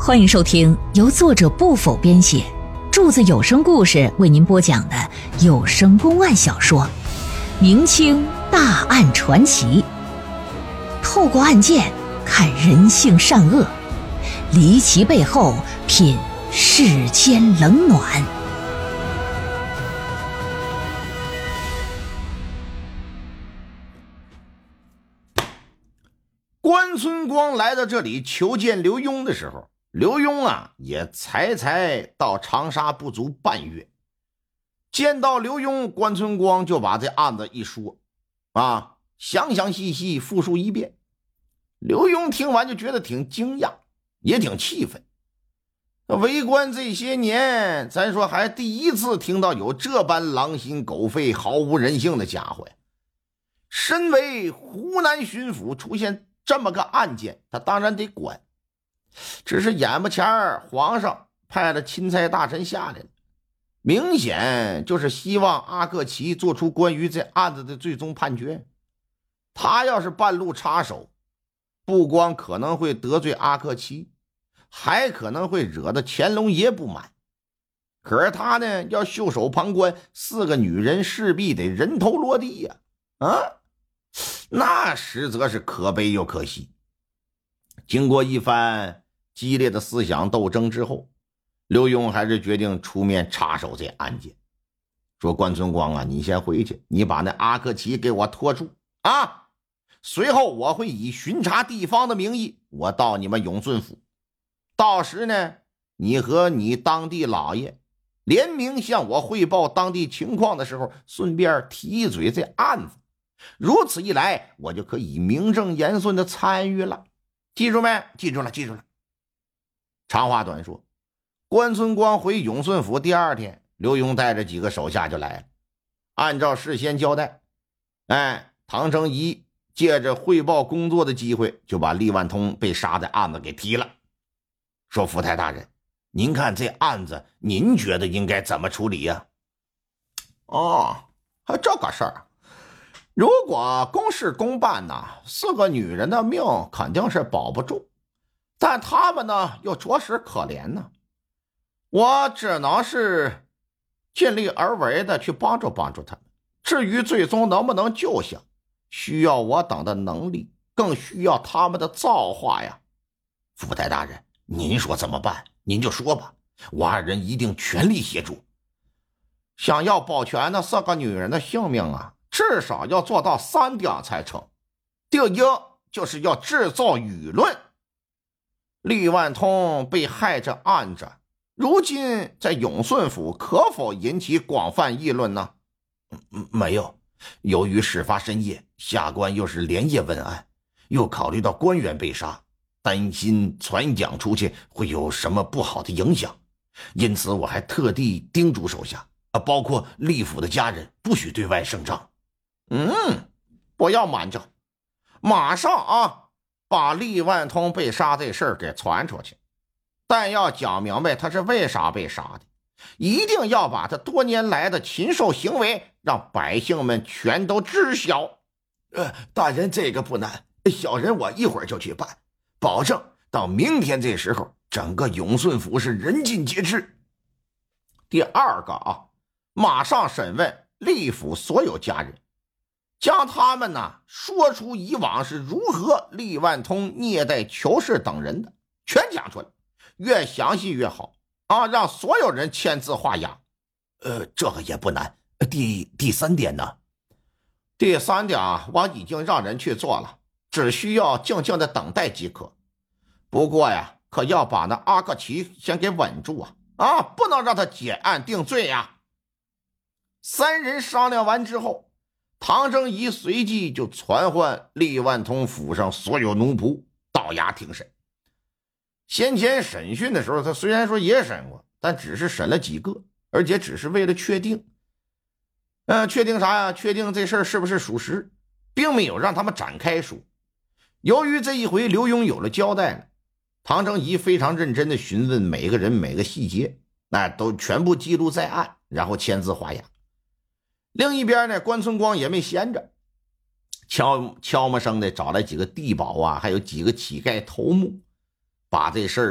欢迎收听由作者不否编写，柱子有声故事为您播讲的有声公案小说《明清大案传奇》，透过案件看人性善恶，离奇背后品世间冷暖。 关村光来到这里求见刘墉的时候，刘墉也才到长沙不足半月。见到刘墉，关村光就把这案子一说详细细复述一遍。刘墉听完就觉得挺惊讶，也挺气愤。为官这些年，咱说还第一次听到有这般狼心狗肺毫无人性的家伙呀。身为湖南巡抚，出现这么个案件，他当然得管。只是眼巴前皇上派了钦差大臣下来了，明显就是希望阿克奇做出关于这案子的最终判决。他要是半路插手，不光可能会得罪阿克奇，还可能会惹得乾隆爷不满。可是他呢，要袖手旁观，4个女人势必得人头落地呀！那实则是可悲又可惜。经过一番激烈的思想斗争之后，刘墉还是决定出面插手这案件。说关村光你先回去，你把那阿克奇给我拖住随后我会以巡查地方的名义，我到你们永顺府，到时呢，你和你当地老爷联名向我汇报当地情况的时候，顺便提一嘴这案子。如此一来，我就可以名正言顺的参与了。记住没？记住了。长话短说，关村光回永顺府第二天，刘墉带着几个手下就来了。按照事先交代，唐承仪借着汇报工作的机会，就把厉万通被杀的案子给提了。说福太大人，您看这案子，您觉得应该怎么处理呀？这个事儿，如果公事公办4个女人的命肯定是保不住，但她们呢又着实可怜我只能是尽力而为的去帮助她们。至于最终能不能救下，需要我等的能力，更需要他们的造化呀。福太大人，您说怎么办？您就说吧，我2人一定全力协助。想要保全那4个女人的性命至少要做到3点才成。第一，就是要制造舆论。厉万通被害这案子，如今在永顺府可否引起广泛议论呢？没有，由于事发深夜，下官又是连夜问案，又考虑到官员被杀，担心传讲出去会有什么不好的影响，因此我还特地叮嘱手下包括厉府的家人，不许对外声张。不要瞒着，马上把厉万通被杀这事儿给传出去，但要讲明白他是为啥被杀的，一定要把他多年来的禽兽行为让百姓们全都知晓。大人这个不难，小人我一会儿就去办，保证到明天这时候，整个永顺府是人尽皆知。第二个马上审问厉府所有家人，将他们说出以往是如何厉万通虐待裘氏等人的，全讲出来，越详细越好让所有人签字画押。这个也不难。第3点呢？第3点我已经让人去做了，只需要静静的等待即可。不过可要把那阿克奇先给稳住不能让他结案定罪3人商量完之后，唐承仪随即就传唤厉万通府上所有奴仆到衙听审。先前审讯的时候，他虽然说也审过，但只是审了几个，而且只是为了确定确定啥呀？确定这事儿是不是属实，并没有让他们展开说。由于这一回刘墉有了交代了，唐承仪非常认真的询问每个人每个细节，都全部记录在案，然后签字画押。另一边呢，关村光也没闲着，悄没声的找来几个地保还有几个乞丐头目，把这事儿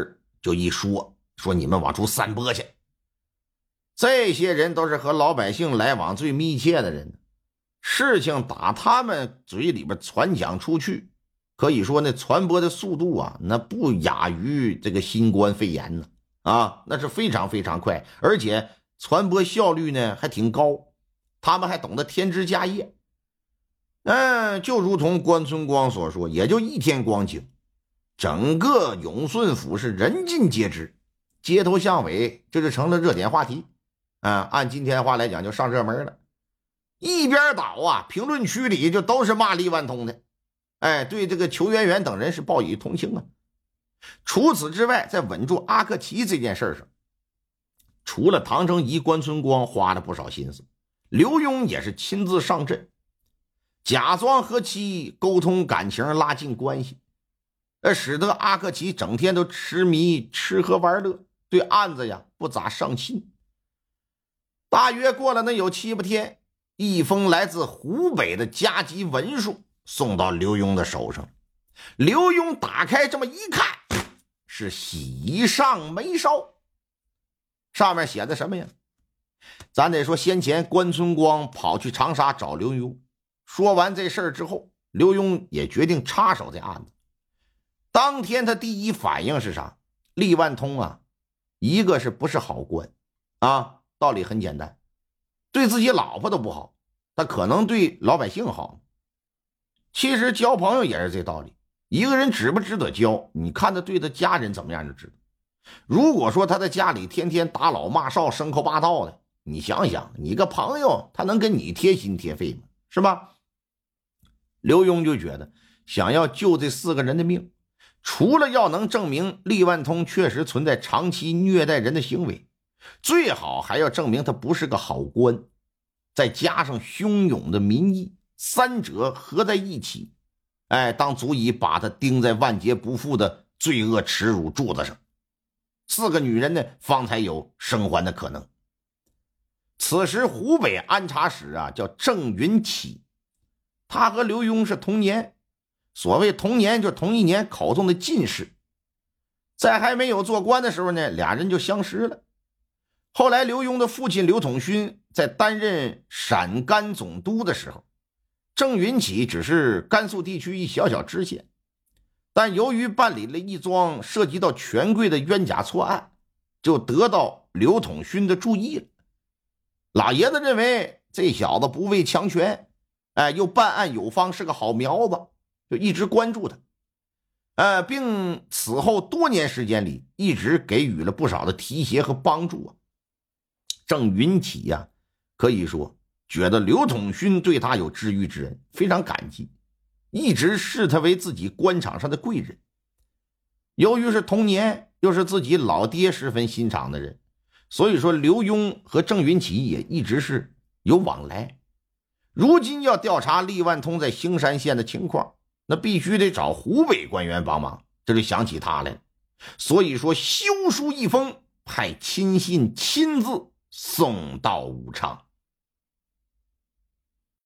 就一说你们往出散播去。这些人都是和老百姓来往最密切的人，事情打他们嘴里边传讲出去，可以说那传播的速度啊，那不亚于这个新冠肺炎呢那是非常非常快，而且传播效率呢还挺高，他们还懂得添枝加叶。就如同关春光所说，也就一天光景，整个永顺府是人尽皆知，街头巷尾这就成了热点话题按今天话来讲就上热门了。一边倒评论区里就都是骂厉万通的，对这个裘媛媛等人是报以同情除此之外，在稳住阿克奇这件事上，除了唐承仪、关春光花了不少心思，刘墉也是亲自上阵，假装和其沟通感情，拉近关系，使得阿克奇整天都痴迷吃喝玩乐，对案子呀不咋上心。大约过了能有7、8天，一封来自湖北的加急文书送到刘墉的手上。刘墉打开这么一看，是喜上眉梢。上面写的什么呀？咱得说先前关春光跑去长沙找刘墉，说完这事儿之后，刘墉也决定插手这案子。当天他第一反应是啥？厉万通一个是不是好官道理很简单，对自己老婆都不好，他可能对老百姓好。其实交朋友也是这道理，一个人值不值得交，你看他对他家人怎么样就知道。如果说他在家里天天打老骂少，生口霸道的，你想想，你个朋友他能跟你贴心贴肺吗？是吧？刘墉就觉得想要救这4个人的命，除了要能证明厉万通确实存在长期虐待人的行为，最好还要证明他不是个好官，再加上汹涌的民意，三者合在一起，当足以把他钉在万劫不复的罪恶耻辱柱子上。4个女人呢，方才有生还的可能。此时湖北安察使叫郑云起，他和刘墉是同年，所谓同年就同一年考中的进士，在还没有做官的时候呢，俩人就相识了。后来刘墉的父亲刘统勋在担任陕甘总督的时候，郑云起只是甘肃地区一小小知县，但由于办理了一桩涉及到权贵的冤假错案，就得到刘统勋的注意了。老爷子认为这小子不畏强权，又办案有方，是个好苗子，就一直关注他，并此后多年时间里一直给予了不少的提携和帮助郑云起可以说觉得刘统勋对他有知遇之恩，非常感激，一直视他为自己官场上的贵人。由于是同年，又是自己老爹十分欣赏的人，所以说刘墉和郑云起也一直是有往来。如今要调查厉万通在兴山县的情况，那必须得找湖北官员帮忙，这就想起他来了。所以说修书一封，派亲信亲自送到武昌。